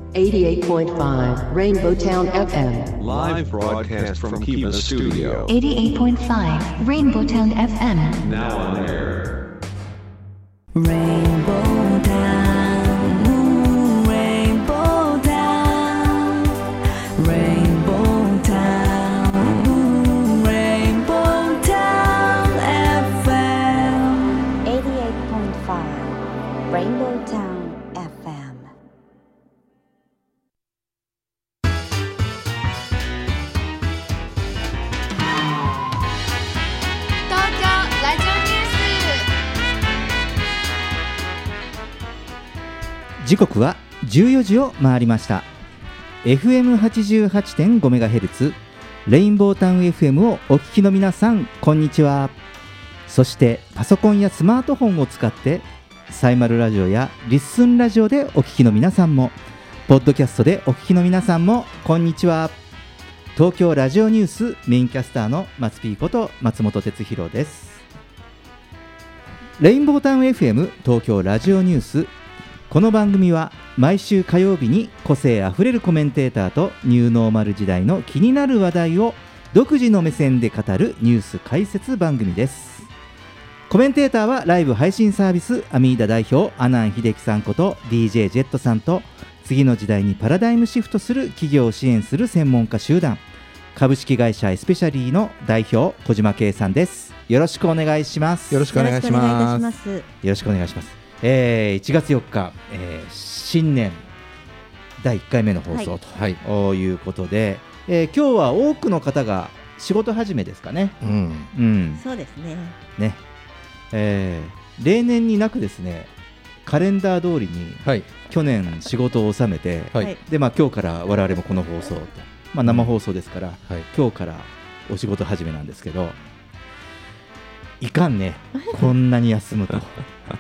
88.5 Rainbow Town FM. Live broadcast from Kiva Studio. 88.5 Rainbow Town FM. Now on air. Rainbow Town, Rainbow Town, Rainbow Town, Rainbow Town FM. 88.5 Rainbow Town FM。 東京ラジオニュー時刻は14時を回りました。 FM88.5MHz レインボータウン FM をお聞きの皆さん、こんにちは。そしてパソコンやスマートフォンを使ってサイマルラジオやリッスンラジオでお聞きの皆さんも、ポッドキャストでお聞きの皆さんも、こんにちは。東京ラジオニュースメインキャスターの松ピーこと松本哲弘です。レインボータウン FM 東京ラジオニュース、この番組は毎週火曜日に個性あふれるコメンテーターとニューノーマル時代の気になる話題を独自の目線で語るニュース解説番組です。コメンテーターはライブ配信サービスアミーダ代表阿南秀樹さんこと DJ ジェットさんと、次の時代にパラダイムシフトする企業を支援する専門家集団株式会社エスペシャリーの代表小島圭さんです。よろしくお願いします。 よろしくお願いします。 よろしくお願いします。1月4日、新年第1回目の放送ということで、今日は多くの方が仕事始めですかね。 そうですね。 ね、例年になくですね、カレンダー通りに、去年仕事を収めて、で今日から我々もこの放送と、生放送ですから、今日からお仕事始めなんですけど、いかんね、こんなに休むと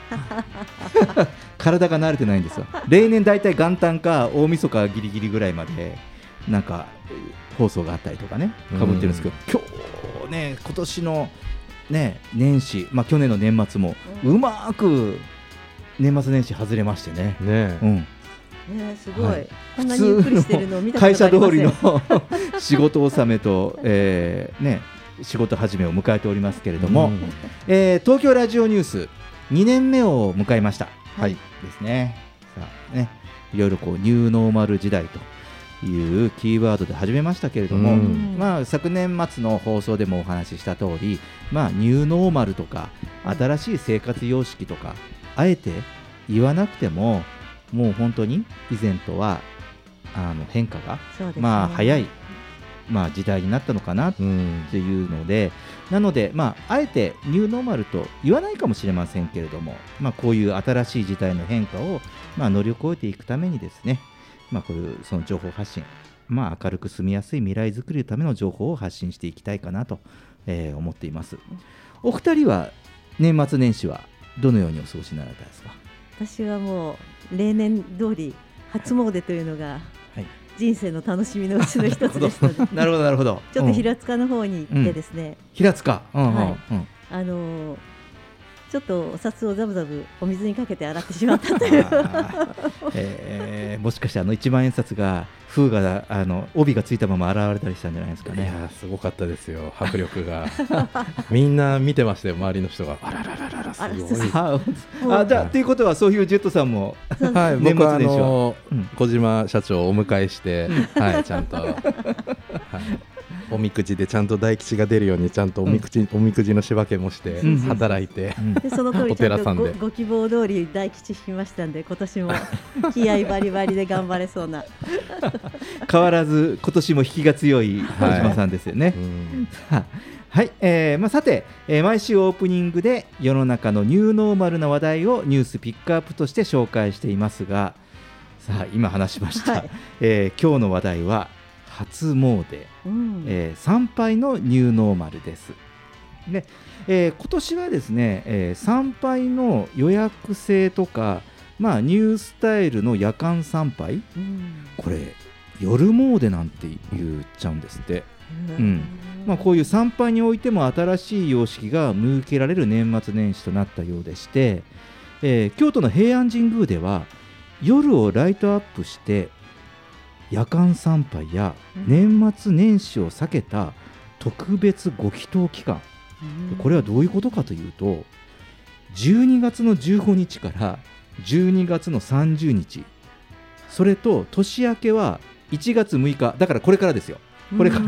体が慣れてないんですよ。例年だいたい元旦か大晦日ギリギリぐらいまでなんか放送があったりとかね、かぶってるんですけど、今日ね、今年のね年始、去年の年末もうまく年末年始外れましてね。 すごい、こんなにゆっくりしてるのを見たことありません。 会社通りの仕事納めと、仕事始めを迎えておりますけれども、東京ラジオニュース2年目を迎えました。ですね。さあね、いろいろこうニューノーマル時代というキーワードで始めましたけれども、昨年末の放送でもお話しした通り、ニューノーマルとか新しい生活様式とかあえて言わなくても、もう本当に以前とは変化が、早い時代になったのかなっていうので、なので、あえてニューノーマルと言わないかもしれませんけれども、こういう新しい時代の変化を、乗り越えていくためにですね、こういうその情報発信、明るく住みやすい未来づくりのための情報を発信していきたいかなと、思っています。お二人は年末年始はどのようにお過ごしになられたんですか？ 私はもう例年通り初詣というのが人生の楽しみのうちの一つですのでなるほどなるほど。 ちょっと平塚の方に行ってですね、 平塚、 ちょっとお札をザブザブお水にかけて洗ってしまったというもしかして1万円札が封が帯がついたまま洗われたりしたんじゃないですかね。 いやすごかったですよ、迫力がみんな見てましたよ、周りの人が。あららららら、すごい。じゃあということは、そういうジェットさんも僕は小島社長をお迎えして、ちゃんとおみくじでちゃんと大吉が出るようにちゃんとおみくじの仕分けもして働いて、 でその通りちゃんと ご希望通り大吉引きましたんで、今年も気合バリバリで頑張れそうな変わらず今年も引きが強い小島さんですよね。はい、さて、毎週オープニングで世の中のニューノーマルな話題をニュースピックアップとして紹介していますが、さあ今話しました、今日の話題は初詣、参拝のニューノーマルです。で、今年はですね、参拝の予約制とか、ニュースタイルの夜間参拝、これ夜詣なんて言っちゃうんですって。こういう参拝においても新しい様式が設けられる年末年始となったようでして、京都の平安神宮では夜をライトアップして夜間参拝や年末年始を避けた特別ご祈祷期間、これはどういうことかというと、12月の15日から12月の30日、それと年明けは1月6日、だからこれからですよ、これから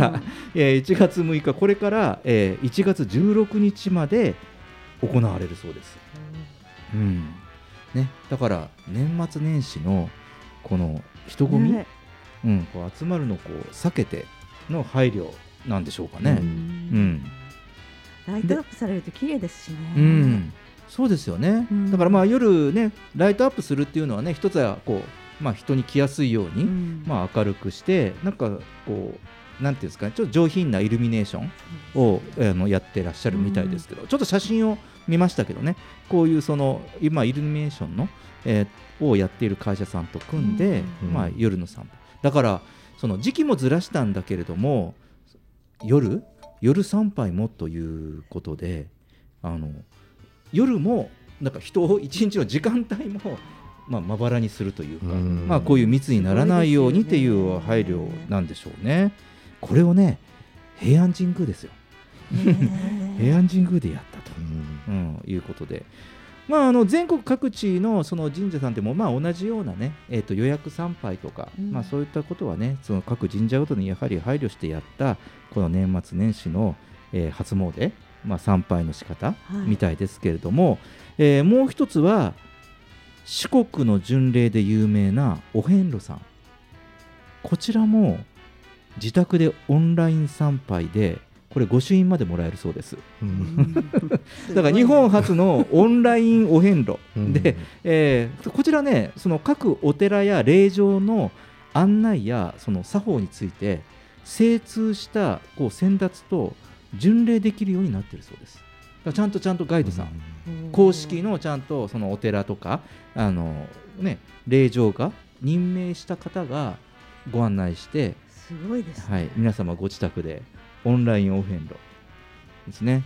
、1月6日、これから、1月16日まで行われるそうです、ね、だから年末年始のこの人混み、こう集まるのをこう避けての配慮なんでしょうかね。 ライトアップされると綺麗ですしね。 そうですよね。だからまあ夜ねライトアップするっていうのはね、一つはこう、人に来やすいように、明るくして、なんかこうなんていうんですかね、ちょっと上品なイルミネーションをやってらっしゃるみたいですけど、ちょっと写真を見ましたけどね、こういうその今イルミネーションの、をやっている会社さんと組んで、夜の散歩だから、その時期もずらしたんだけれども、夜参拝もということで、夜もなんか人を一日の時間帯もまばらにするというか、こういう密にならないようにっていう配慮なんでしょうね。これをね、平安神宮ですよ平安神宮でやったと、いうことで、全国各地のその神社さんでも同じようなね、予約参拝とか、そういったことはね、その各神社ごとにやはり配慮してやったこの年末年始の、初詣、参拝の仕方みたいですけれども、もう一つは四国の巡礼で有名なお遍路さん、こちらも自宅でオンライン参拝でこれ御朱印までもらえるそうです、だから日本初のオンラインお遍路で、こちらね、その各お寺や霊場の案内やその作法について精通したこう先達と巡礼できるようになっているそうです。だからちゃんとガイドさん、公式のちゃんとそのお寺とか霊場が任命した方がご案内して、 すごいですね、 皆様ご自宅でオンラインお遍路ですね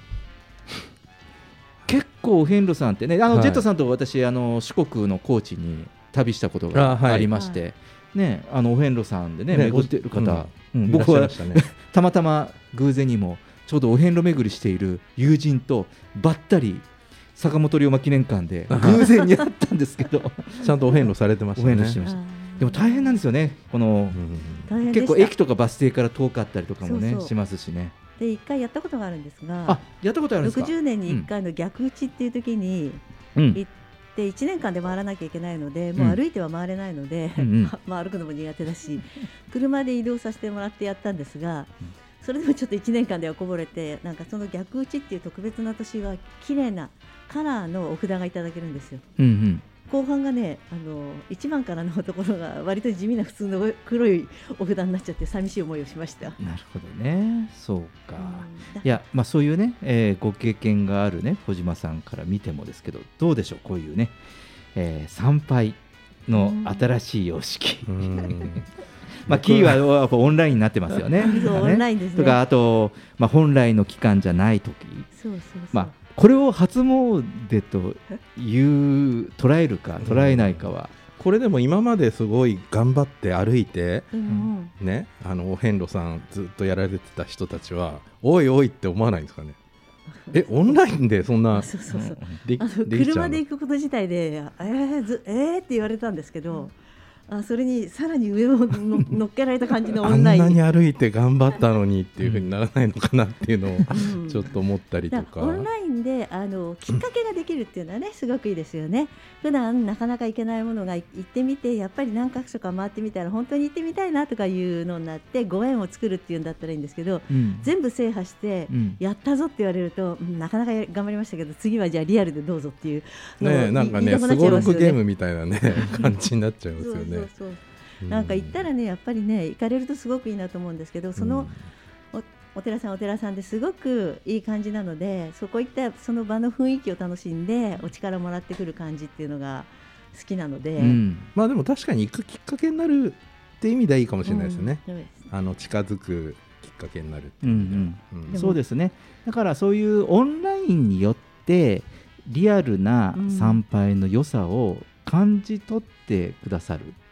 結構お遍路さんってね、ジェットさんと私四国の高知に旅したことがありまして、お遍路さんでね巡っている方、僕はたまたま偶然にもちょうどお遍路巡りしている友人とばったり坂本龍馬記念館で偶然に会ったんですけどちゃんとお遍路されてましたね。 お遍路してました。でも大変なんですよね、この、結構駅とかバス停から遠かったりとかもねしますしね。 で1回やったことがあるんですが、 やったことあるんですか。 60年に1回の逆打ちっていう時に行って1年間で回らなきゃいけないので、もう歩いては回れないので、歩くのも苦手だし車で移動させてもらってやったんですが、それでもちょっと1年間ではこぼれて、なんかその逆打ちっていう特別な年は綺麗なカラーのお札がいただけるんですよ。後半がね、1番からのところが割と地味な普通の黒いお札になっちゃって寂しい思いをしました。 なるほどね、そうか。いや、そういうね、ご経験があるね小島さんから見てもですけど、どうでしょう、こういうね、参拝の新しい様式キーはオンラインになってますよね。 オンラインですね。 とか、あと、本来の期間じゃない時、これを初詣と捉えるか捉えないかは、 これでも今まですごい頑張って歩いて、ね、お遍路さんずっとやられてた人たちはおいおいって思わないんですかね。オンラインでそんな車で行くこと自体でって言われたんですけど、それにさらに上を乗っけられた感じのオンライン、 あんなに歩いて頑張ったのにっていう風にならないのかなっていうのをちょっと思ったりとか、 オンラインできっかけができるっていうのはね、すごくいいですよね。普段なかなか行けないものが行ってみて、やっぱり何か所か回ってみたら本当に行ってみたいなとかいうのになってご縁を作るっていうんだったらいいんですけど、全部制覇してやったぞって言われると、なかなか頑張りましたけど、次はじゃあリアルでどうぞっていうね、なんかね、すごろくゲームみたいなね感じになっちゃいますよね。 なんか行ったらね、やっぱりね、行かれるとすごくいいなと思うんですけど、そのお寺さんですごくいい感じなので、そこ行ったその場の雰囲気を楽しんでお力もらってくる感じっていうのが好きなので、 でも確かに行くきっかけになるって意味ではいいかもしれないですよね。近づくきっかけになるっていう意味で、 そうですね。だからそういうオンラインによってリアルな参拝の良さを感じ取ってくださる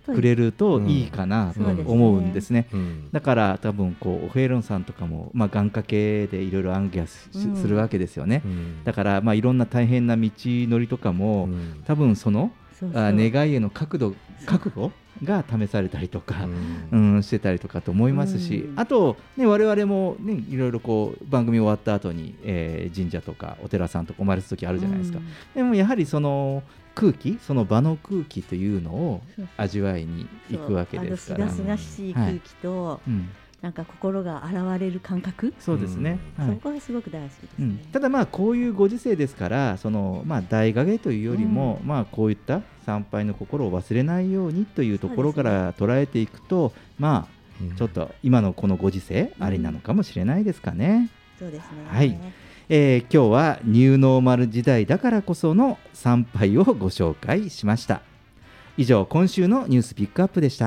くれるといいかなと思うんですね。だから多分こうオフェーロンさんとかも、願掛けでいろいろ暗記するわけですよね。だからいろんな大変な道のりとかも、多分その願いへの覚悟が試されたりとか、してたりとかと思いますし、あと、我々も、いろいろこう番組終わった後に、神社とかお寺さんとかお参りする時あるじゃないですか。でもやはりその空気、その場の空気というのを味わいに行くわけですから、 すがすがしい空気と、なんか心が洗われる感覚、 そうですね、 そこがすごく大好きですね。 ただこういうご時世ですから、その大掛けというよりも、こういった参拝の心を忘れないようにというところから捉えていくと、ちょっと今のこのご時世ありなのかもしれないですかね。 そうですね。 はい。今日はニューノーマル時代だからこその参拝をご紹介しました。以上、今週のニュースピックアップでした。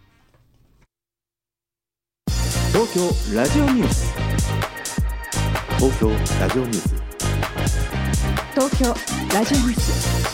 東京ラジオニュース。 東京ラジオニュース。 東京ラジオニュース。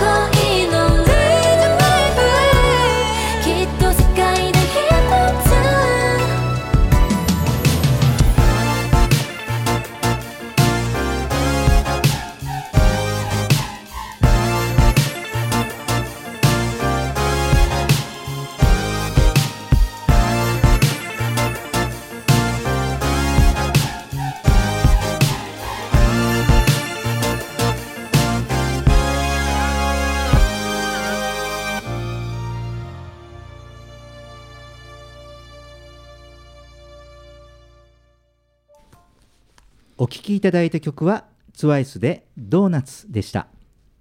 きっと世界で一つお聴きいただいた曲はTWICEでドーナツでした。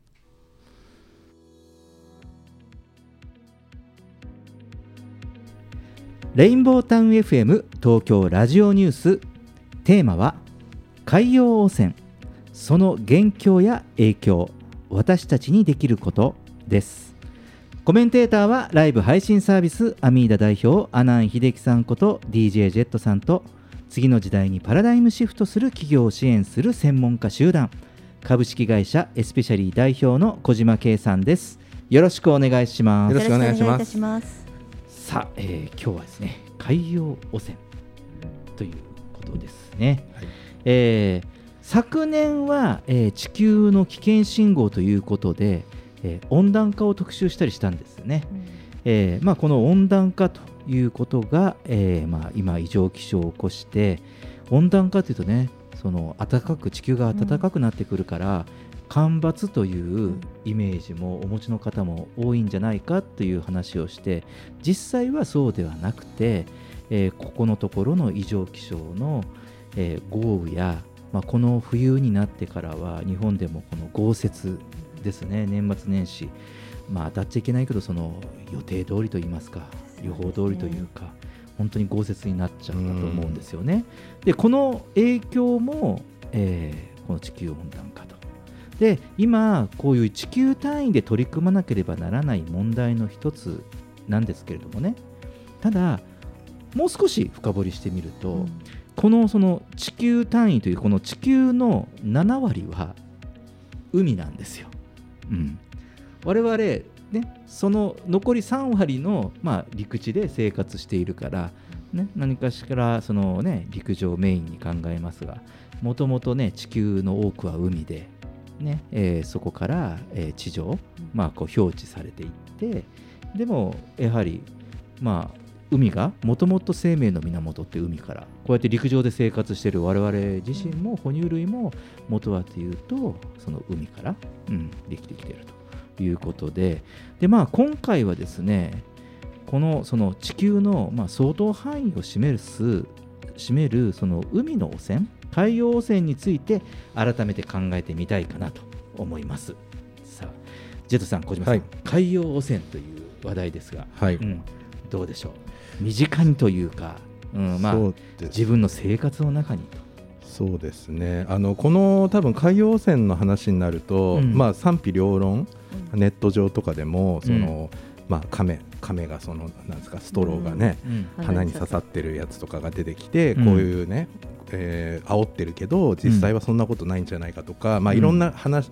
レインボータウン FM 東京ラジオニュース、テーマは海洋汚染、その元凶や影響、私たちにできることです。コメンテーターはライブ配信サービスアミーダ代表阿南秀樹さんこと DJ ジェットさんと、次の時代にパラダイムシフトする企業を支援する専門家集団株式会社エスペシャリー代表の小島圭さんです。よろしくお願いします。 よろしくお願いします。 さあ、今日はですね、海洋汚染ということですね。はい、昨年は、地球の危険信号ということで、温暖化を特集したりしたんですよね。この温暖化ということが、今異常気象を起こして、温暖化というとね、その地球が暖かくなってくるから、干ばつというイメージもお持ちの方も多いんじゃないかという話をして、実際はそうではなくて、ここのところの異常気象の、豪雨や、この冬になってからは日本でもこの豪雪ですね、年末年始、当たっちゃいけないけど、その予定通りといいますか、予報通りというか、本当に豪雪になっちゃったと思うんですよね。でこの影響も、この地球温暖化とで、今こういう地球単位で取り組まなければならない問題の一つなんですけれどもね、ただもう少し深掘りしてみると、その地球単位というこの地球の7割は海なんですよ。我々ね、その残り3割の、陸地で生活しているから、ね、何かしらその、陸上をメインに考えますが、もともと地球の多くは海で、そこから、地上、表示されていって、でもやはり、海がもともと生命の源って海から、こうやって陸上で生活している我々自身も哺乳類も元はというとその海から、できてきているということで、今回はですね、その地球の相当範囲を占めるその海の汚染、海洋汚染について改めて考えてみたいかなと思います。さあ、ジェットさん、小島さん、海洋汚染という話題ですが、どうでしょう。身近にというか、自分の生活の中にと。 そうですね、この多分海洋汚染の話になると、賛否両論、ネット上とかでもその、亀がそのなんですか、ストローがね、鼻に刺さってるやつとかが出てきて、こういうね、煽ってるけど実際はそんなことないんじゃないかとか、いろんな話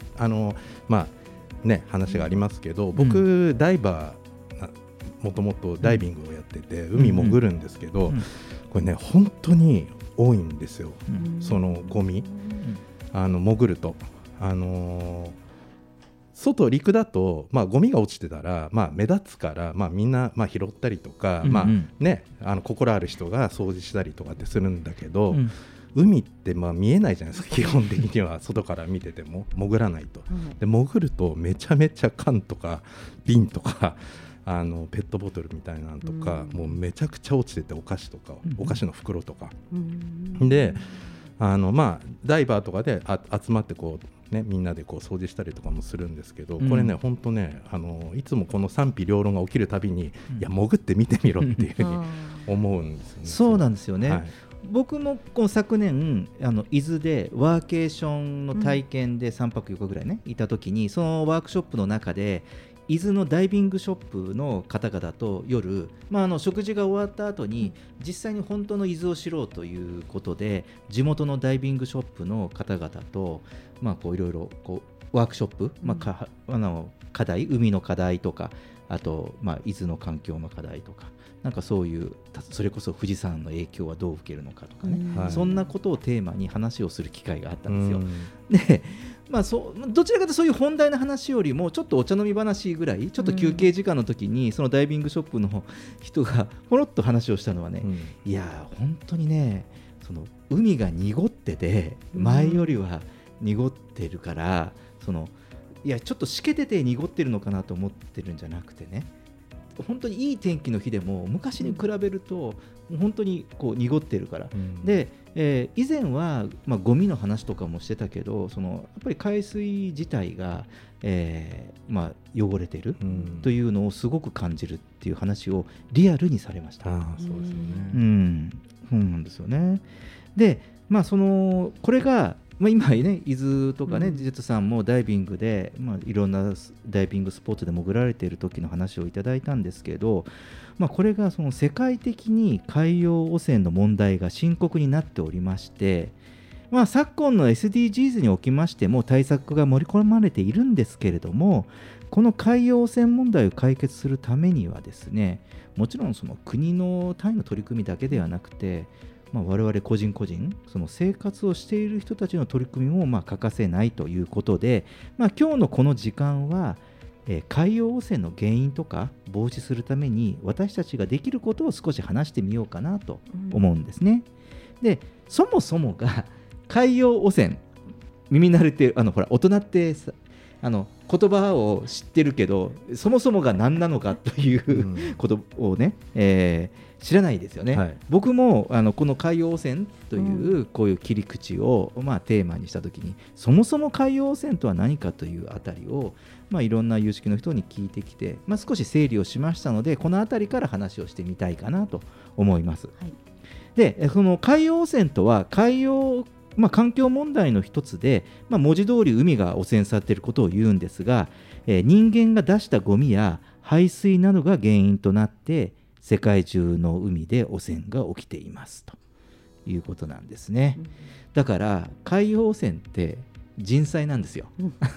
話がありますけど、僕ダイバーもともとダイビングをやってて、海潜るんですけど、これね本当に多いんですよ、そのゴミ、潜ると、外陸だと、ゴミが落ちてたら、目立つから、みんな、拾ったりとか、心ある人が掃除したりとかってするんだけど、海って見えないじゃないですか、基本的には外から見てても潜らないと、で潜るとめちゃめちゃ缶とか瓶とかペットボトルみたいなのとか、もうめちゃくちゃ落ちてて、お菓子とか、お菓子の袋とか、でダイバーとかで集まってこう、みんなでこう掃除したりとかもするんですけど、これね本当ね、いつもこの賛否両論が起きるたびに、いや潜って見てみろっていうふうに思うんですよね。 そうなんですよね、僕もこの昨年伊豆でワーケーションの体験で3泊4日ぐらいねいた時に、そのワークショップの中で伊豆のダイビングショップの方々と夜、食事が終わった後に実際に本当の伊豆を知ろうということで、地元のダイビングショップの方々といろいろワークショップ、課題、海の課題とか、あと伊豆の環境の課題とか、なんかそういう、それこそ富士山の影響はどう受けるのかとかね、そんなことをテーマに話をする機会があったんですよ。でどちらかというとそういう本題の話よりもちょっとお茶飲み話ぐらい、ちょっと休憩時間の時にそのダイビングショップの人がポロッと話をしたのはね、いや本当にね、その海が濁ってて前よりは濁ってるから、いやちょっとしけてて濁ってるのかなと思ってるんじゃなくてね、 本当にいい天気の日でも昔に比べると本当にこう濁ってるから、で、以前は、ゴミの話とかもしてたけど、やっぱり海水自体が、汚れてるというのをすごく感じるっていう話をリアルにされました。 そうですよね。 そうなんですよね。で、これが今ね、伊豆とかね、ジェットさんもダイビングで、いろんなダイビングスポーツで潜られている時の話をいただいたんですけど、これがその世界的に海洋汚染の問題が深刻になっておりまして、昨今の SDGs におきましても対策が盛り込まれているんですけれども、この海洋汚染問題を解決するためにはですね、もちろんその国の単位の取り組みだけではなくて、我々個人個人、その生活をしている人たちの取り組みも欠かせないということで、今日のこの時間は、海洋汚染の原因とか防止するために私たちができることを少し話してみようかなと思うんですね。で、そもそもが海洋汚染、耳慣れてるほら大人ってさ、言葉を知ってるけどそもそもが何なのかということをね、知らないですよね。僕もこの海洋汚染というこういう切り口をテーマにしたときに、そもそも海洋汚染とは何かというあたりをいろんな有識の人に聞いてきて、少し整理をしましたので、このあたりから話をしてみたいかなと思います。で、その海洋汚染とは海洋環境問題の一つで、文字通り海が汚染されていることを言うんですが、人間が出したゴミや排水などが原因となって世界中の海で汚染が起きていますということなんですね。だから海洋汚染って人災なんですよ。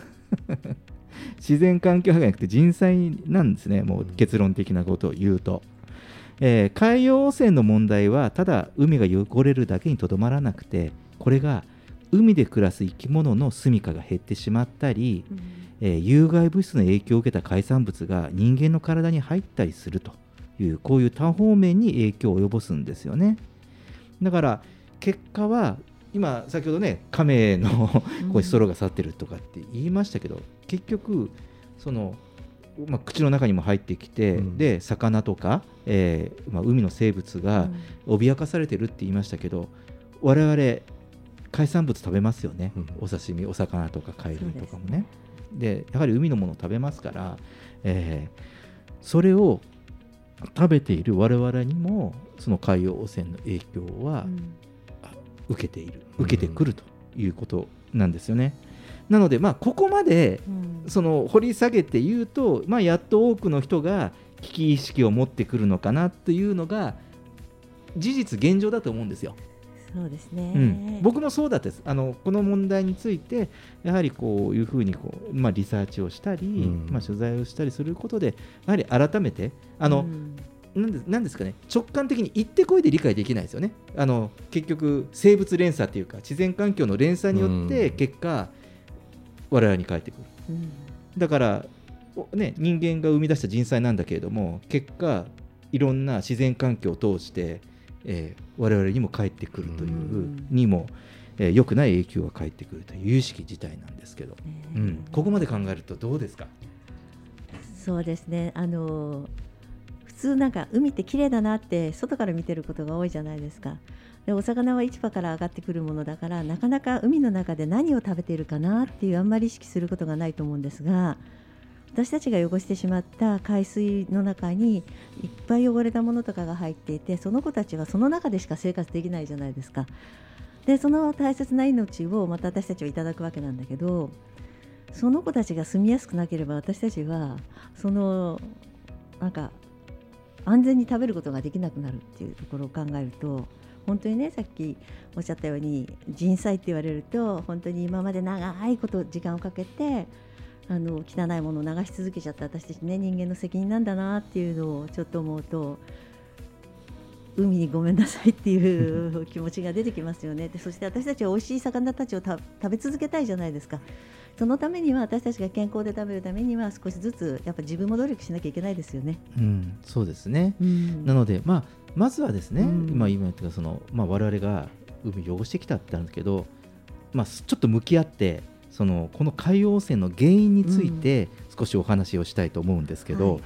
自然環境破壊じゃなくて人災なんですね。もう結論的なことを言うと、海洋汚染の問題はただ海が汚れるだけにとどまらなくて、これが海で暮らす生き物の住処が減ってしまったり、有害物質の影響を受けた海産物が人間の体に入ったりするという、こういう多方面に影響を及ぼすんですよね。だから結果は今先ほどね、亀のこういうストローが去ってるとかって言いましたけど、結局その口の中にも入ってきて、で魚とか、海の生物が脅かされてるって言いましたけど、我々海産物食べますよね。お刺身、お魚とか貝類とかもね。でやはり海のものを食べますから、それを食べている我々にもその海洋汚染の影響は受けている、受けてくるということなんですよね。なのでここまでその掘り下げて言うと、やっと多くの人が危機意識を持ってくるのかなというのが事実現状だと思うんですよ。 そうですね、 僕もそうだったです。この問題についてやはりこういうふうにリサーチをしたり、取材をしたりすることで、やはり改めてなんですかね、直感的に言ってこいで理解できないですよね。結局生物連鎖というか自然環境の連鎖によって結果、我々に返ってくる、だから、人間が生み出した人災なんだけれども、結果いろんな自然環境を通して我々にも返ってくるというにも、良くない影響が返ってくるという有識事態なんですけど、ここまで考えるとどうですか？ そうですね、普通なんか海って綺麗だなって外から見てることが多いじゃないですか。でお魚は市場から上がってくるものだから、なかなか海の中で何を食べているかなっていうあんまり意識することがないと思うんですが、私たちが汚してしまった海水の中にいっぱい汚れたものとかが入っていて、その子たちはその中でしか生活できないじゃないですか。でその大切な命をまた私たちはいただくわけなんだけど、その子たちが住みやすくなければ私たちはそのなんか安全に食べることができなくなるっていうところを考えると、本当にね、さっきおっしゃったように人災って言われると、本当に今まで長いこと時間をかけて汚いものを流し続けちゃった私たちね、人間の責任なんだなっていうのをちょっと思うと、海にごめんなさいっていう気持ちが出てきますよね。でそして私たちは美味しい魚たちを食べ続けたいじゃないですか。そのためには私たちが健康で食べるためには少しずつやっぱ自分も努力しなきゃいけないですよね。 そうですね、なので、まずはですね、今言った我々が海を汚してきたってあるんですけど、ちょっと向き合ってこの海洋汚染の原因について少しお話をしたいと思うんですけど、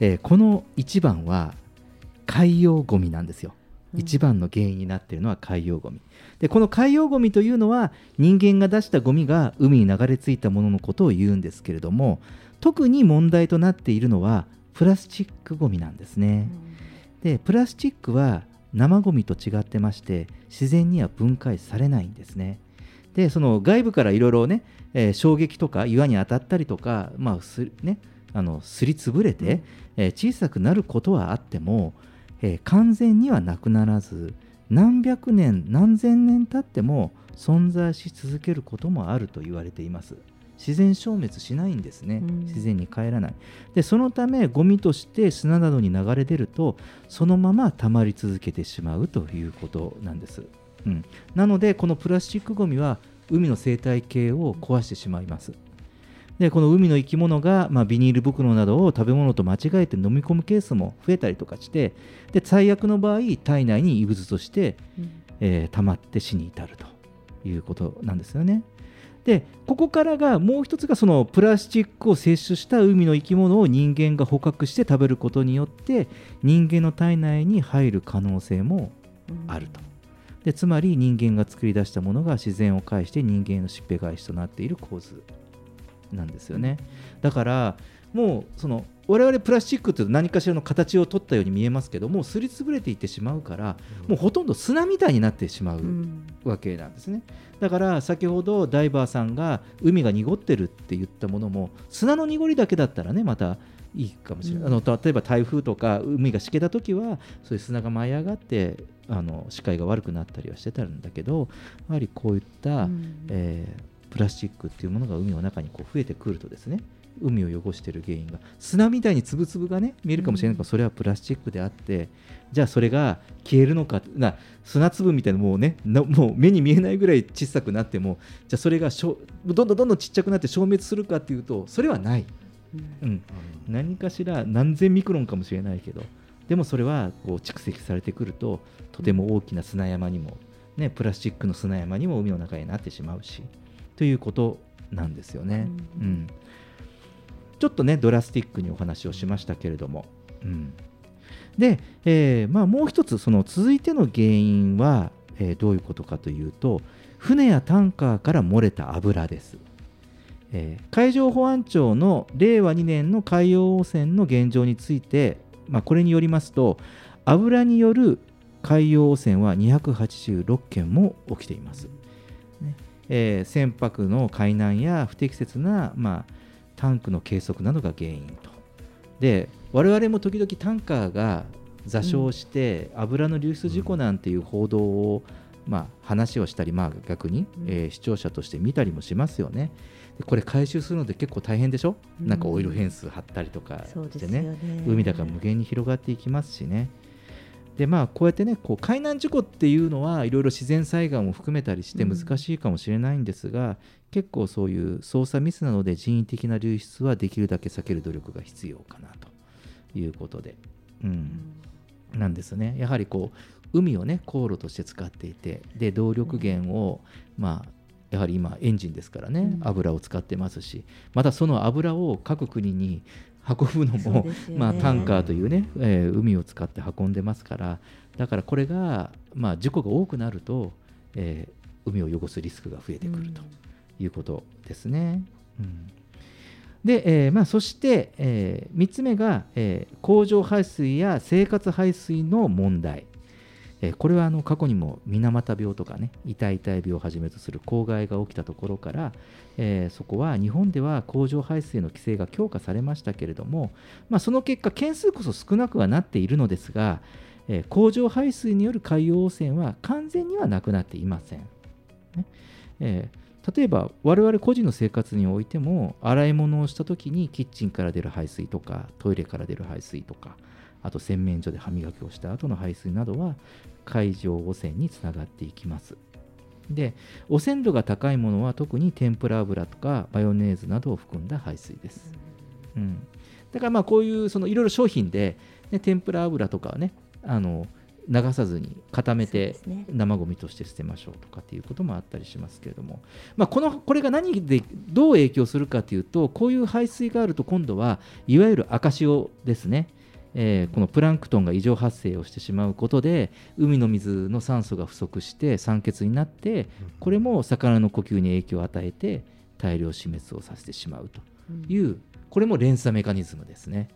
この一番は海洋ゴミなんですよ。一番の原因になっているのは海洋ゴミで、この海洋ゴミというのは人間が出したゴミが海に流れ着いたもののことを言うんですけれども、特に問題となっているのはプラスチックゴミなんですね。でプラスチックは生ゴミと違ってまして、自然には分解されないんですね。でその外部からいろいろね、衝撃とか岩に当たったりとか、すりつぶれて、小さくなることはあっても、完全にはなくならず、何百年何千年経っても存在し続けることもあると言われています。自然消滅しないんですね。自然に帰らない。でそのためゴミとして砂などに流れ出ると、そのまま溜まり続けてしまうということなんです。なのでこのプラスチックゴミは海の生態系を壊してしまいます。でこの海の生き物が、ビニール袋などを食べ物と間違えて飲み込むケースも増えたりとかして、で最悪の場合体内に異物として、溜まって死に至るということなんですよね。でここからがもう一つが、そのプラスチックを摂取した海の生き物を人間が捕獲して食べることによって人間の体内に入る可能性もあると。でつまり人間が作り出したものが自然を介して人間のしっぺ返しとなっている構図なんですよね。だからもう我々プラスチックというと何かしらの形を取ったように見えますけども、すりつぶれていってしまうから、もうほとんど砂みたいになってしまうわけなんですね。だから先ほどダイバーさんが海が濁ってるって言ったものも、砂の濁りだけだったらねまたいいかもしれない。例えば台風とか海がしけた時はそういう砂が舞い上がって視界が悪くなったりはしてたんだけど、やはりこういった、プラスチックっていうものが海の中にこう増えてくるとですね、海を汚している原因が砂みたいにつぶつぶがね見えるかもしれないけど、それはプラスチックであって、じゃあそれが消えるのか、砂粒みたいなもう目に見えないぐらい小さくなっても、じゃあそれがどんどんちっちゃくなって消滅するかっていうとそれはない、何かしら何千ミクロンかもしれないけど、でもそれはこう蓄積されてくるととても大きな砂山にも、プラスチックの砂山にも海の中になってしまうしということなんですよね。ちょっとねドラスティックにお話をしましたけれども、で、もう一つ続いての原因は、どういうことかというと、船やタンカーから漏れた油です。海上保安庁の令和2年の海洋汚染の現状について、これによりますと、油による海洋汚染は286件も起きています。船舶の海難や不適切な、タンクの計測などが原因と。で我々も時々タンカーが座礁して油の流出事故なんていう報道を、話をしたり、逆に、視聴者として見たりもしますよね。でこれ回収するので結構大変でしょ、なんかオイルフェンス張ったりとかしてね、海だから無限に広がっていきますしね。でこうやってね海難事故っていうのはいろいろ自然災害も含めたりして難しいかもしれないんですが、結構そういう操作ミスなので人為的な流出はできるだけ避ける努力が必要かなということで、なんですね。やはり海をね航路として使っていて、で動力源をやはり今エンジンですからね、油を使ってますし、またその油を各国に運ぶのも、タンカーというね、海を使って運んでますから、だからこれが、事故が多くなると、海を汚すリスクが増えてくるということですね。で、そして、3つ目が、工場排水や生活排水の問題。これは過去にも水俣病とかね、痛い病をはじめとする公害が起きたところから、そこは日本では工場排水の規制が強化されましたけれども、その結果件数こそ少なくはなっているのですが、工場排水による海洋汚染は完全にはなくなっていません。例えば我々個人の生活においても、洗い物をしたときにキッチンから出る排水とかトイレから出る排水とか、あと洗面所で歯磨きをした後の排水などは海上汚染につながっていきます。で、汚染度が高いものは特に天ぷら油とかマヨネーズなどを含んだ排水です。だからこういういろいろ商品で、天ぷら油とかはね、 流さずに固めて生ゴミとして捨てましょうとかっていうこともあったりしますけれども、これが何でどう影響するかというと、こういう排水があると今度はいわゆる赤潮ですね、このプランクトンが異常発生をしてしまうことで海の水の酸素が不足して酸欠になって、これも魚の呼吸に影響を与えて大量死滅をさせてしまうという、これも連鎖メカニズムですね。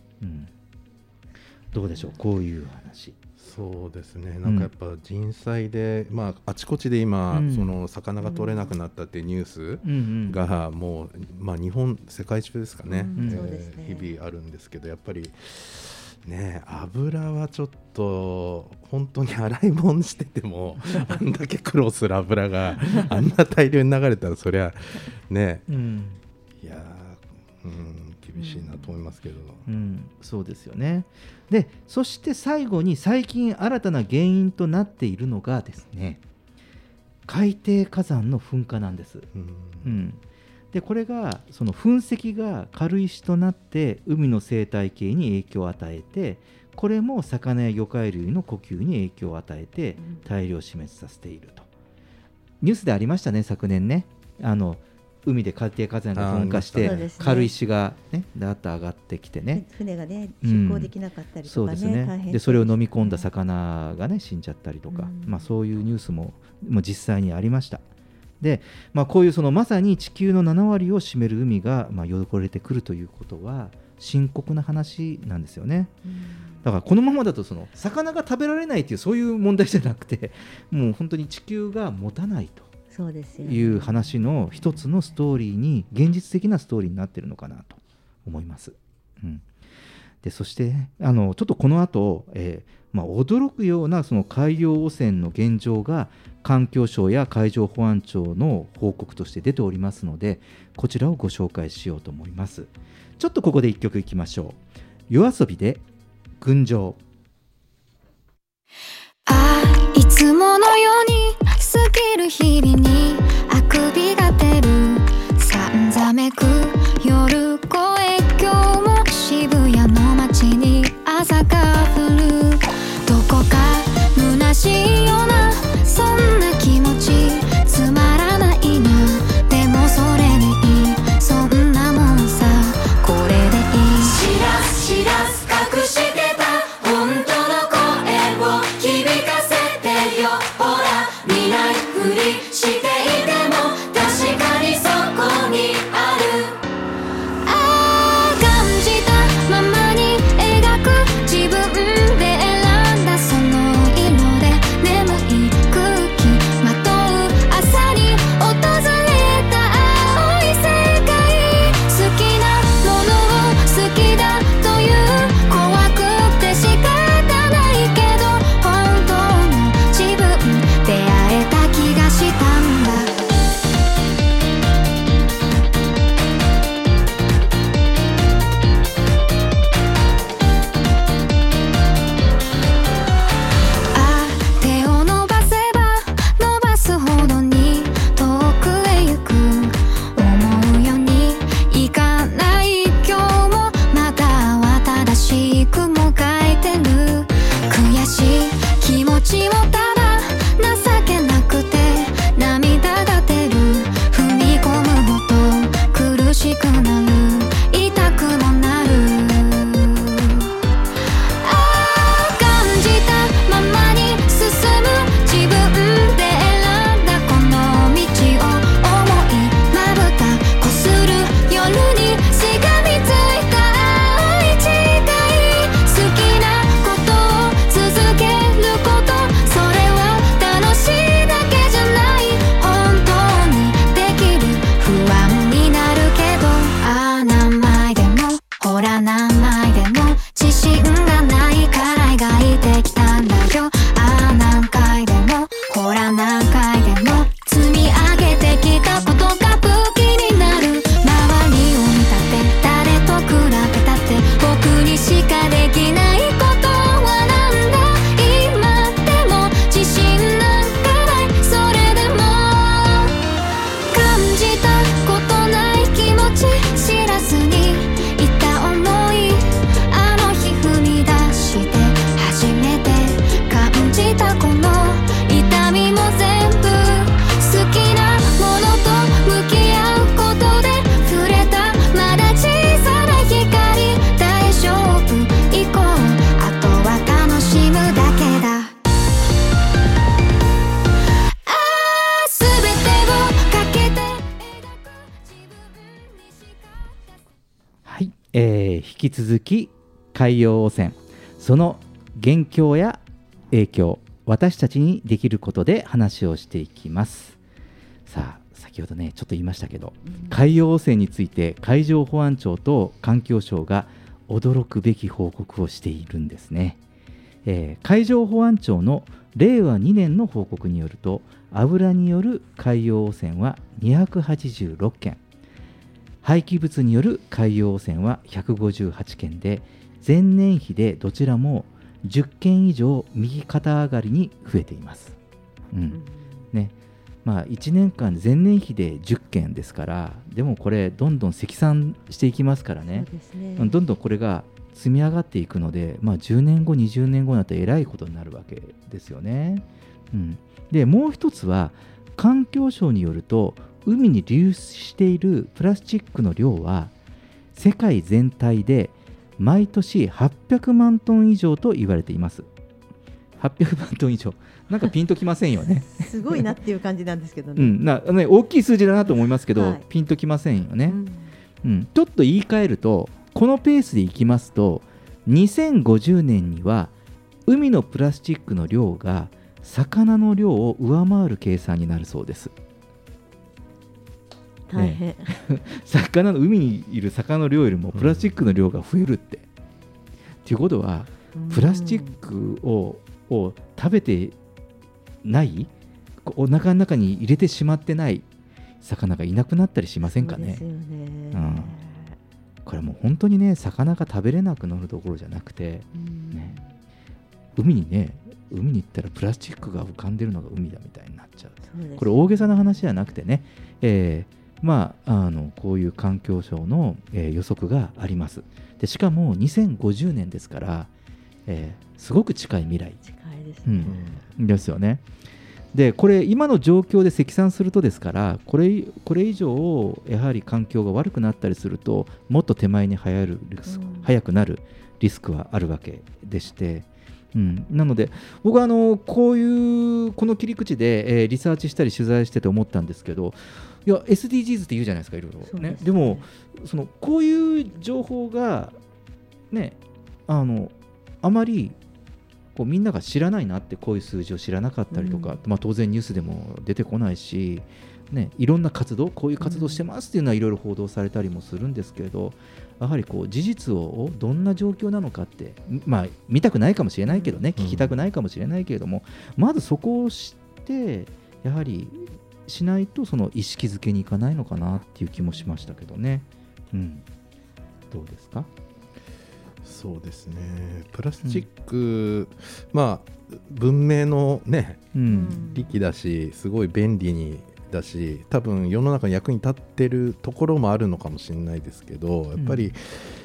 どうでしょう、こういう話。 そうですね、なんかやっぱ人災で、あちこちで今、その魚が取れなくなったっていうニュースがもう、日本世界中ですかね、日々あるんですけど、やっぱりね、油はちょっと本当に洗い物しててもあんだけ苦労する油があんな大量に流れたらそりゃね、いや厳しいなと思いますけど、 そうですよね。でそして最後に最近新たな原因となっているのがですね、海底火山の噴火なんです。でこれがその噴石が軽石となって海の生態系に影響を与えて、これも魚や魚介類の呼吸に影響を与えて大量死滅させていると、ニュースでありましたね、昨年ね。海で海底火山が噴火して軽石がねだーっと上がってきてね、 船がね出港できなかったりとかね、 そうですね。でそれを飲み込んだ魚がね死んじゃったりとか、そういうニュースも実際にありました。で、こういうそのまさに地球の7割を占める海が汚れてくるということは深刻な話なんですよね。だからこのままだとその魚が食べられないというそういう問題じゃなくて、もう本当に地球が持たないという話の一つのストーリーに、現実的なストーリーになっているのかなと思います。でそしてちょっとこの後、驚くようなその海洋汚染の現状が環境省や海上保安庁の報告として出ておりますので、こちらをご紹介しようと思います。ちょっとここで一曲いきましょう。夜遊びで群青。 いつものように過ぎる日々にあくびが出るさんざめく夜声、今日も渋谷の街に朝が降る。どこか虚しいようなそんな気持ち、つまらないな、でもそれでいい、そんなもんさ、これでいい。しらすしらす隠してた本当の声を響かせてよ、ほら見ないふりしていても確かにそこにある。感じたままに描く自分で選んだその色で眠い空気まとう朝に訪れた青い世界。好きなものを好きだという怖くて仕方ないけど、本当の自分出会えた気がしたんだ。 引き続き海洋汚染、その現況や影響、私たちにできることで話をしていきます。さあ、先ほどねちょっと言いましたけど、海洋汚染について海上保安庁と環境省が驚くべき報告をしているんですね。海上保安庁の令和2年の報告によると、油による海洋汚染は286件、廃棄物による海洋汚染は158件で、前年比でどちらも10件以上右肩上がりに増えています。1年間前年比で10件ですから、でもこれどんどん積算していきますからね、どんどんこれが積み上がっていくので、10年後20年後になったらえらいことになるわけですよね。でもう一つは、環境省によると、海に流出しているプラスチックの量は世界全体で毎年800万トン以上と言われています。800万トン以上、なんかピンときませんよねすごいなっていう感じなんですけどね、 大きい数字だなと思いますけど、ピンときませんよね。ちょっと言い換えると、このペースでいきますと2050年には海のプラスチックの量が魚の量を上回る計算になるそうです。 大変、 海にいる魚の量よりもプラスチックの量が増えるって、ということはプラスチックを食べてない、お腹の中に入れてしまってない魚がいなくなったりしませんかね。 そうですよね。 これもう本当にね、魚が食べれなくなるどころじゃなくて、海に行ったらプラスチックが浮かんでるのが海だみたいになっちゃう。これ大げさな話じゃなくてね、こういう環境省の、予測があります。でしかも2050年ですから、すごく近い未来ですよね。でこれ今の状況で積算するとですから、これ以上やはり環境が悪くなったりすると、もっと手前に早くなるリスクはあるわけでして、なので僕はこの切り口で、リサーチしたり取材してて思ったんですけど、いや SDGs って言うじゃないですか、いろいろね。でもこういう情報がね、あまりみんなが知らないなって、こういう数字を知らなかったりとか、当然ニュースでも出てこないし、いろんな活動、こういう活動してますっていうのはいろいろ報道されたりもするんですけど、やはり事実をどんな状況なのかって、見たくないかもしれないけどね、聞きたくないかもしれないけれども、まずそこを知ってやはりしないと、その意識づけにいかないのかなっていう気もしましたけどね。どうですか？ そうですね、プラスチック、文明のね、利器だし、すごい便利にだし、多分世の中に役に立ってるところもあるのかもしれないですけど、やっぱり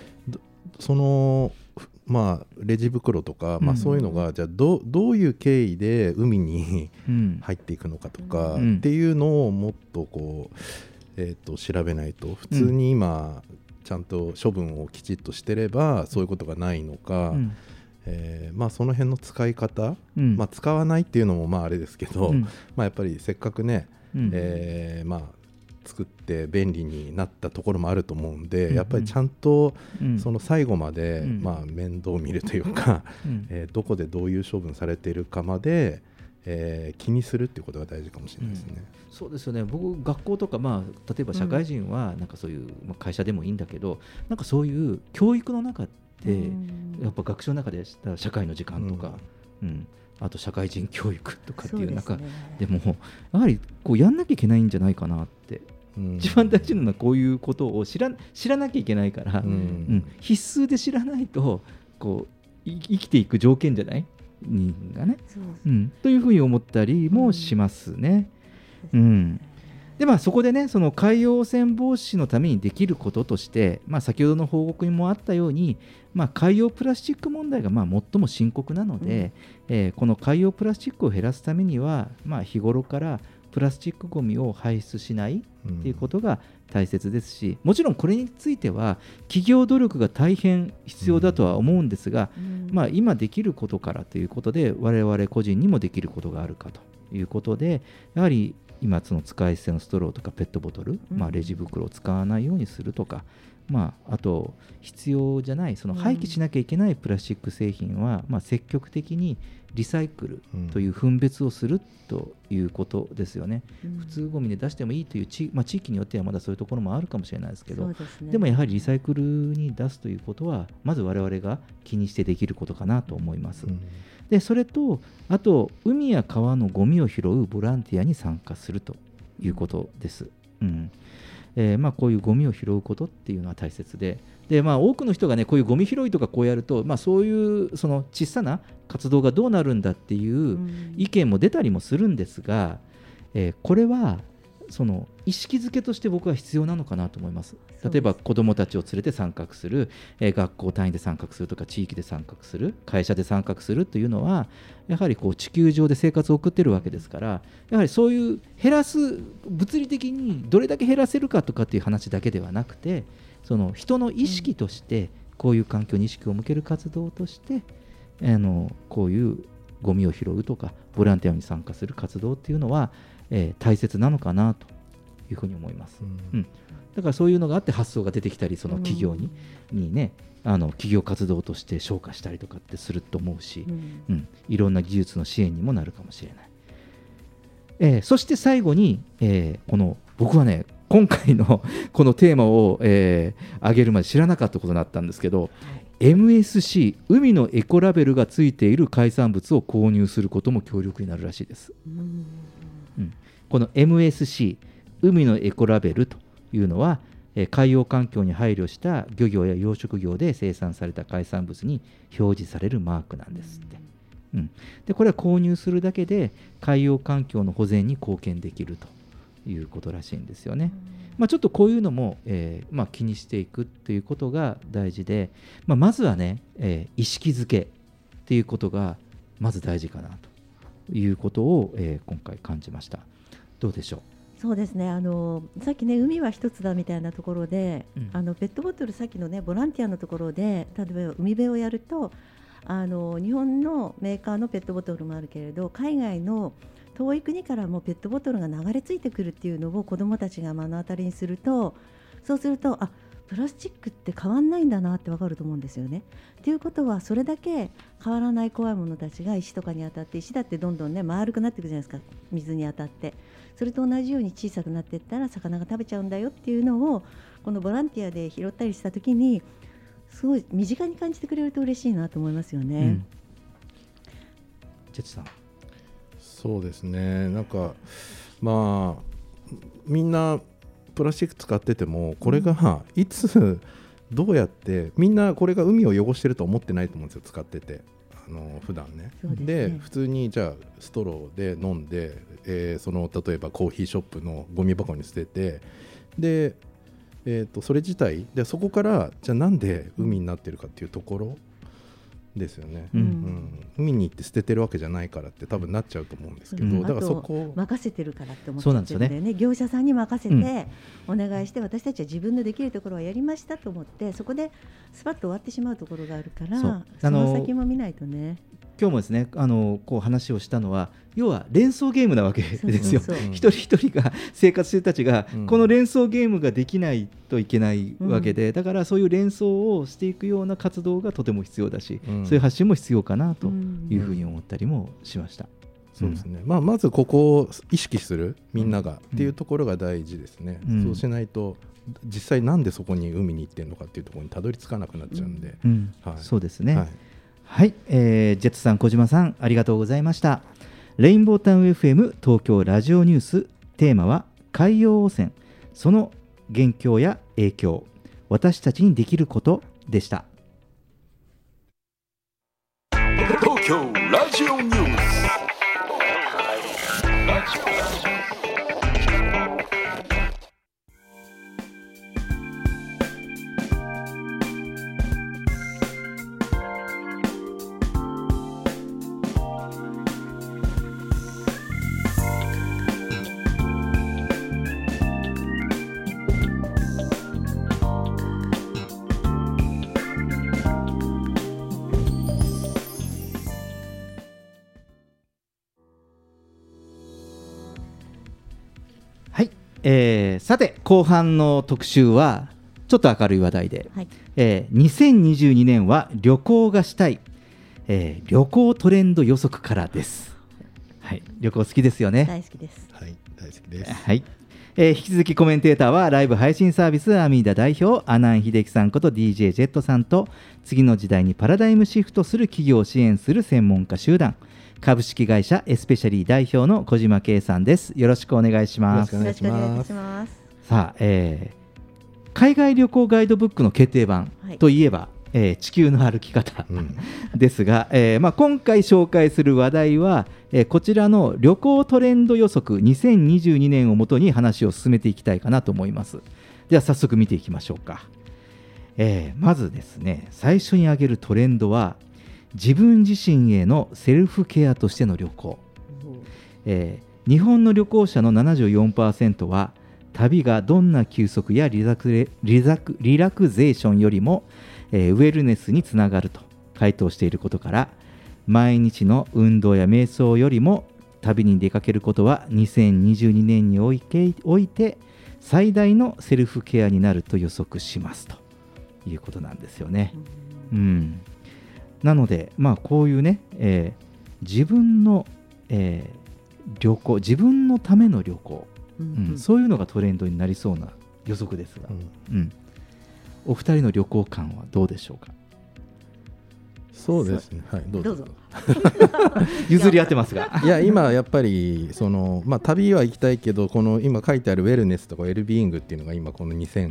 レジ袋とか、そういうのがじゃあどういう経緯で海に入っていくのかとか、っていうのをもっと調べないと、普通に今、ちゃんと処分をきちっとしてればそういうことがないのか、その辺の使い方、使わないっていうのもあれですけど、やっぱりせっかくね、作って便利になったところもあると思うんで、やっぱりちゃんとその最後まで、面倒を見るというか、どこでどういう処分されているかまで、気にするっていうことが大事かもしれないですね。 そうですよね。僕学校とか、例えば社会人はなんかそういう、会社でもいいんだけど、なんかそういう教育の中で、やっぱ学習の中で社会の時間とか、あと社会人教育とかっていう中でも、やはりやんなきゃいけないんじゃないかなって、一番大事なのはこういうことを知らなきゃいけないから、必須で知らないと生きていく条件じゃない人がね、というふうに思ったりもしますね。でそこでね、その海洋汚染防止のためにできることとして、先ほどの報告にもあったように、海洋プラスチック問題が最も深刻なので、この海洋プラスチックを減らすためには、日頃からプラスチックごみを排出しないということが大切ですし、もちろんこれについては企業努力が大変必要だとは思うんですが、今できることからということで、我々個人にもできることがあるかということで、やはり今その使い捨てのストローとかペットボトル、レジ袋を使わないようにするとか、 あと必要じゃないその廃棄しなきゃいけないプラスチック製品は、積極的にリサイクルという分別をするということですよね、普通ゴミで出してもいいという地域によってはまだそういうところもあるかもしれないですけど、でもやはりリサイクルに出すということはまず我々が気にしてできることかなと思います、でそれとあと海や川のゴミを拾うボランティアに参加するということです、こういうゴミを拾うことっていうのは大切で、多くの人がねこういうゴミ拾いとかこうやると、そういうその小さな活動がどうなるんだっていう意見も出たりもするんですが、これはその意識づけとして僕は必要なのかなと思います。例えば子どもたちを連れて参画する、学校単位で参画するとか地域で参画する、会社で参画するというのはやはりこう地球上で生活を送っているわけですから、やはりそういう減らす物理的にどれだけ減らせるかとかっていう話だけではなくて、その人の意識としてこういう環境に意識を向ける活動として、こういうゴミを拾うとかボランティアに参加する活動っていうのは、大切なのかなというふうに思います、だからそういうのがあって発想が出てきたり、その企業にね企業活動として昇華したりとかってすると思うし、いろんな技術の支援にもなるかもしれない、そして最後に、この僕はね今回のこのテーマを、挙げるまで知らなかったことになったんですけど、MSC 海のエコラベルがついている海産物を購入することも協力になるらしいです、この MSC 海のエコラベルというのは、海洋環境に配慮した漁業や養殖業で生産された海産物に表示されるマークなんですって、でこれは購入するだけで海洋環境の保全に貢献できるということらしいんですよね、ちょっとこういうのも、気にしていくっていうことが大事で、まずはね、意識づけっていうことがまず大事かなということを、今回感じました。どうでしょう。 そうですね、さっきね海は一つだみたいなところで、ペットボトルさっきのねボランティアのところで例えば海辺をやると日本のメーカーのペットボトルもあるけれど海外の遠い国からもペットボトルが流れ着いてくるっていうのを子どもたちが目の当たりにすると、そうするとプラスチックって変わんないんだなって分かると思うんですよね。ということはそれだけ変わらない怖いものたちが石とかに当たって、石だってどんどんね丸くなっていくじゃないですか、水に当たって。それと同じように小さくなっていったら魚が食べちゃうんだよっていうのをこのボランティアで拾ったりしたときにすごい身近に感じてくれると嬉しいなと思いますよね。 ジェツさん。 そうですね、なんかみんなプラスチック使っててもこれがいつどうやってみんなこれが海を汚してると思ってないと思うんですよ、使ってて普段ね。で普通にじゃあストローで飲んで、例えばコーヒーショップのゴミ箱に捨てて、で、それ自体でそこからじゃあなんで海になってるかっていうところですよね、海に行って捨ててるわけじゃないからって多分なっちゃうと思うんですけど、だからそこを任せてるからって思ってるんだよね。業者さんに任せてお願いして、私たちは自分のできるところはやりましたと思ってそこでスパッと終わってしまうところがあるから、その先も見ないとね。 今日もですねこう話をしたのは要は連想ゲームなわけですよ。一人一人が生活してる人たちが、この連想ゲームができないといけないわけで、だからそういう連想をしていくような活動がとても必要だし、そういう発信も必要かなというふうに思ったりもしました。 そうですね、まずここを意識するみんなが、っていうところが大事ですね、そうしないと実際なんでそこに海に行ってるのかっていうところにたどり着かなくなっちゃうんで、 そうですね。はい、ジェットさん、小島さん、ありがとうございました。レインボータウン FM 東京ラジオニュース、テーマは海洋汚染、その現況や影響、私たちにできることでした。 東京ラジオニュース。 さて後半の特集はちょっと明るい話題で、 はい、 2022年は旅行がしたい、旅行トレンド予測からです。はい、旅行好きですよね。 大好きです。 はい、大好きです。 はい、引き続きコメンテーターはライブ配信サービスアミーダ代表阿南秀樹さんこと DJ ジェットさんと、次の時代にパラダイムシフトする企業を支援する専門家集団株式会社エスペシャリー代表の小島圭さんです。よろしくお願いします。 よろしくお願いします。 さあ、海外旅行ガイドブックの決定版といえば、地球の歩き方、ですが、今回紹介する話題は、こちらの旅行トレンド予測2022年をもとに話を進めていきたいかなと思います。では早速見ていきましょうか。まずですね、最初に挙げるトレンドは自分自身へのセルフケアとしての旅行。日本の旅行者の 74% は旅がどんな休息やリラクゼーションよりもウェルネスにつながると回答していることから、毎日の運動や瞑想よりも旅に出かけることは2022年において最大のセルフケアになると予測しますということなんですよね。なので、こういうね、自分の、旅行、自分のための旅行、そういうのがトレンドになりそうな予測ですが、お二人の旅行観はどうでしょうか。 そうですね、はい、どうぞ譲り合ってますがいや今やっぱり旅は行きたいけど、この今書いてあるウェルネスとかウェルビーイングっていうのが今この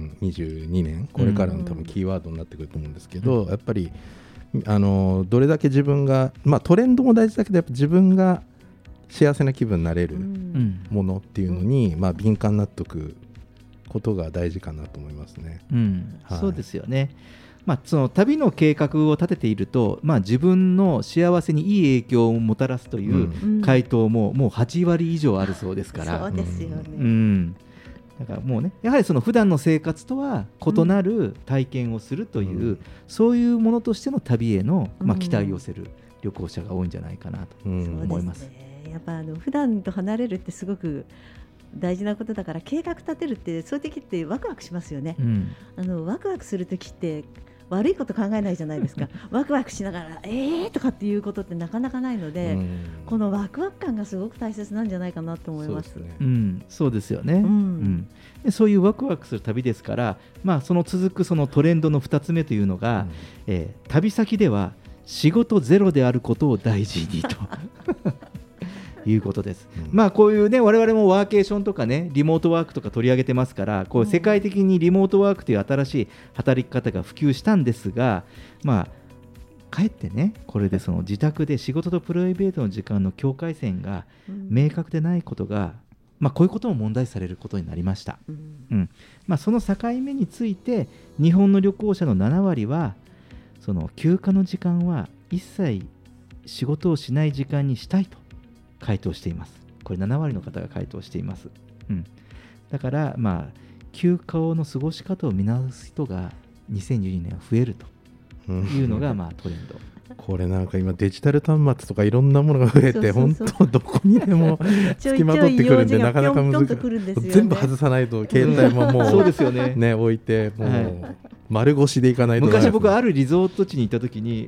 2022年これからの多分キーワードになってくると思うんですけど、やっぱりどれだけ自分が、トレンドも大事だけど、やっぱ自分が幸せな気分になれるものっていうのに、敏感になっておくことが大事かなと思いますね。 そうですよね。その旅の計画を立てていると、自分の幸せにいい影響をもたらすという回答ももう8割以上あるそうですから。 そうですよね。 だからもうね、やはりその普段の生活とは異なる体験をするという、そういうものとしての旅への、期待を寄せる旅行者が多いんじゃないかなと思います。 やっぱ普段と離れるってすごく大事なことだから、計画立てるってそういう時ってワクワクしますよね。ワクワクする時って悪いこと考えないじゃないですか。ワクワクしながらとかっていうことってなかなかないので、このワクワク感がすごく大切なんじゃないかなと思います。 そうですよね。でそういうワクワクする旅ですから、その続くそのトレンドの2つ目というのが、旅先では仕事ゼロであることを大事にということです。こういうね、我々もワーケーションとかね、リモートワークとか取り上げてますから、こう世界的にリモートワークという新しい働き方が普及したんですが、かえってね、これでその自宅で仕事とプライベートの時間の境界線が明確でないことが、こういうことも問題視されることになりました。その境目について日本の旅行者の7割は、その休暇の時間は一切仕事をしない時間にしたいと回答しています。これ7割の方が回答しています。だから休暇の過ごし方を見直す人が2022年は増えるというのがトレンド。 これなんか今デジタル端末とかいろんなものが増えて、本当どこにでも付きまとってくるんで、なかなか難しい。全部外さないと携帯ももうそうですよね。 置いてもう丸腰でいかないと。 昔僕あるリゾート地に行った時に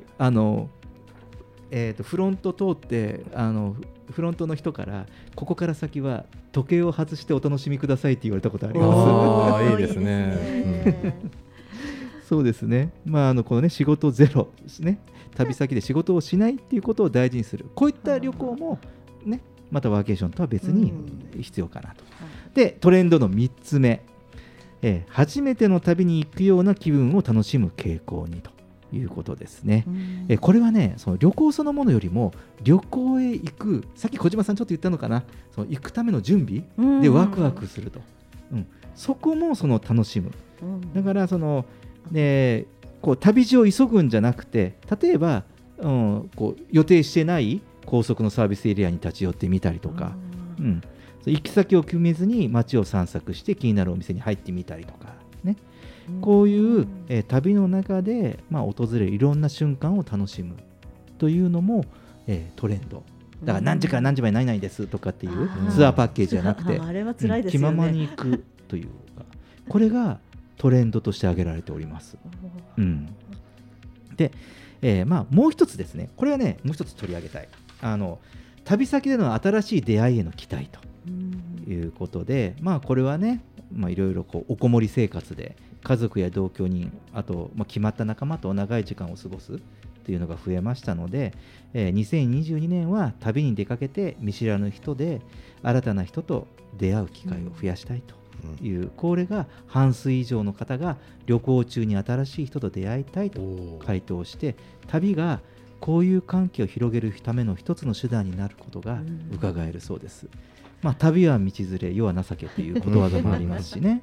フロント通ってフロントの人からここから先は時計を外してお楽しみくださいって言われたことあります。 いいですね。 そうですね。このね、仕事ゼロですね。旅先で仕事をしないっていうことを大事にする。こういった旅行もね、またワーケーションとは別に必要かなと。で、トレンドの3つ目、初めての旅に行くような気分を楽しむ傾向にということですね。これはね、その旅行そのものよりも旅行へ行く、さっき小島さんちょっと言ったのかな、その行くための準備でワクワクすると、そこもその楽しむ。だからそのこう旅路を急ぐんじゃなくて、例えば、こう予定してない高速のサービスエリアに立ち寄ってみたりとか、行き先を決めずに街を散策して気になるお店に入ってみたりとかね、こういう、旅の中で、訪れるいろんな瞬間を楽しむというのも、トレンドだから、何時から何時まで何々ですとかっていうツアーパッケージじゃなくて、 あれは辛いですよね。 気ままに行くというか、これがトレンドとして挙げられております。で、もう一つですね、これはねもう一つ取り上げたい、旅先での新しい出会いへの期待ということで、これはね、いろいろこうおこもり生活で家族や同居人、あと、決まった仲間と長い時間を過ごすというのが増えましたので、2022年は旅に出かけて見知らぬ人で新たな人と出会う機会を増やしたいという、これが半数以上の方が旅行中に新しい人と出会いたいと回答して、旅がこういう関係を広げるための一つの手段になることが伺えるそうです。旅は道連れ、世は情けということわざもありますしね。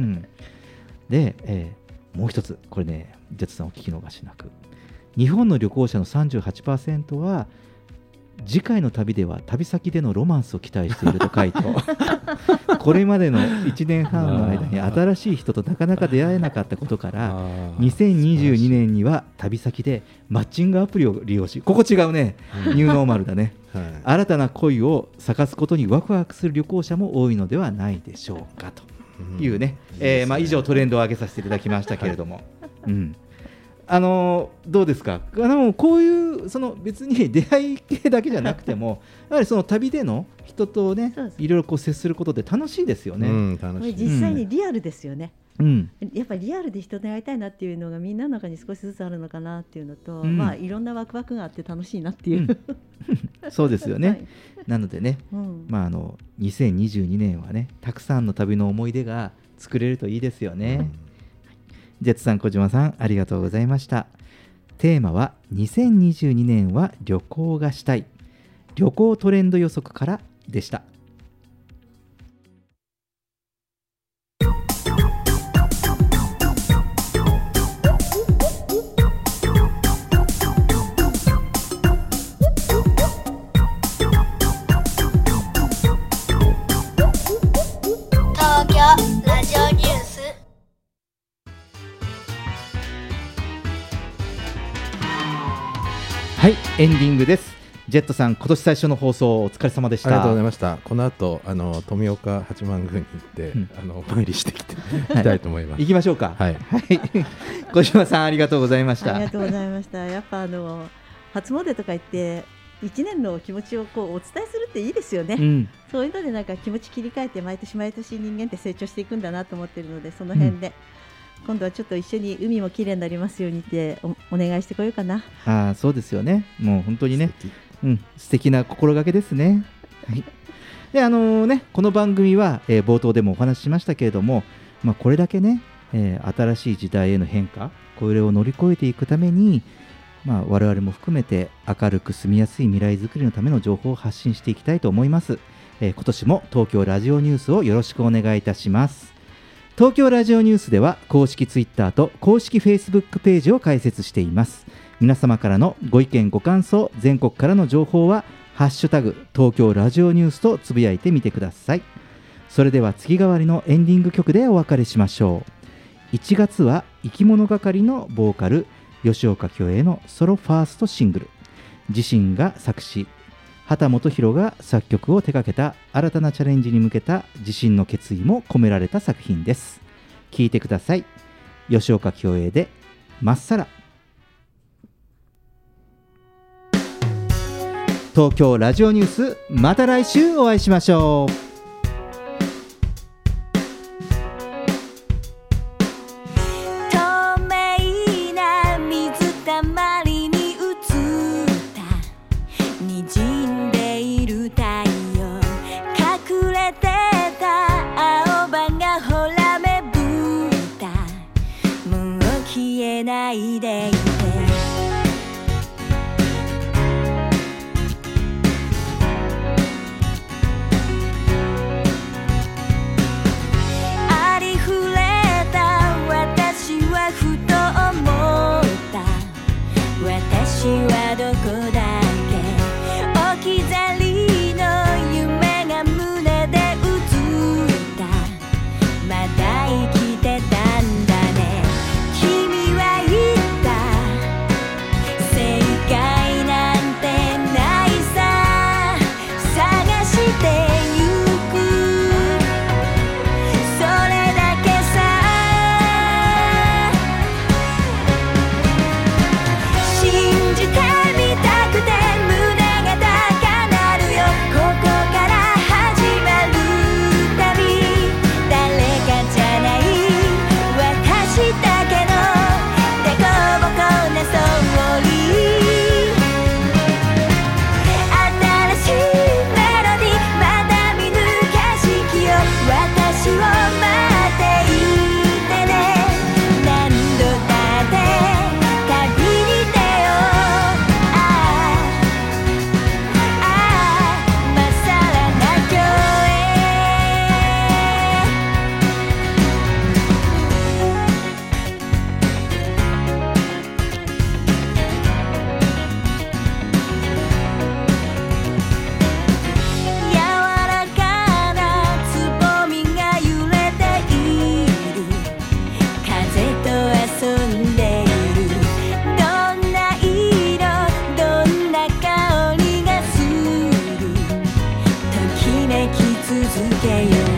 で、もう一つ、これね、ジェットさんお聞き逃しなく、日本の旅行者の 38% は次回の旅では旅先でのロマンスを期待していると回答これまでの1年半の間に新しい人となかなか出会えなかったことから2022年には旅先でマッチングアプリを利用し、ここ違うね、ニューノーマルだね、新たな恋を咲かすことにワクワクする旅行者も多いのではないでしょうかというね、以上トレンドを上げさせていただきましたけれども、どうですか、こういう別に出会い系だけじゃなくてもやはりその旅での人とねいろいろこう接することで楽しいですよね。 楽しい。実際にリアルですよね。やっぱりリアルで人と会いたいなっていうのがみんなの中に少しずつあるのかなっていうのと、いろんなワクワクがあって楽しいなっていう、 そうですよね、なのでね、2022年はねたくさんの旅の思い出が作れるといいですよね。ジェッツさん、小島さん、ありがとうございました。テーマは2022年は旅行がしたい、旅行トレンド予測からでした。 東京ラジオニュース。 はい、エンディングです。ジェットさん、今年最初の放送お疲れ様でした。 ありがとうございました。この後富岡八幡宮に行って、お参りしてきたいと思います。 行きましょうか。 はい、 小島さん、ありがとうございました。 ありがとうございました。やっぱ初詣とか行って1年の気持ちをこうお伝えするっていいですよね。そういうのでなんか気持ち切り替えて毎年毎年人間って成長していくんだなと思っているので、その辺で、今度はちょっと一緒に海もきれいになりますようにってお願いしてこようかな。 そうですよね。もう本当にね、素敵な心がけですね。はい。でこの番組は、冒頭でもお話ししましたけれども、これだけね、新しい時代への変化、これを乗り越えていくために、我々も含めて明るく住みやすい未来づくりのための情報を発信していきたいと思います。今年も東京ラジオニュースをよろしくお願いいたします。東京ラジオニュースでは公式ツイッターと公式フェイスブックページを開設しています。皆様からのご意見ご感想、全国からの情報はハッシュタグ東京ラジオニュースとつぶやいてみてください。それでは月替わりのエンディング曲でお別れしましょう。1月は生き物係のボーカル吉岡恭平のソロファーストシングル、自身が作詞、畑本博が作曲を手掛けた新たなチャレンジに向けた自身の決意も込められた作品です。聴いてください。吉岡恭平でまっさら。東京ラジオニュース、また来週お会いしましょう。 ないでいて、 続けよう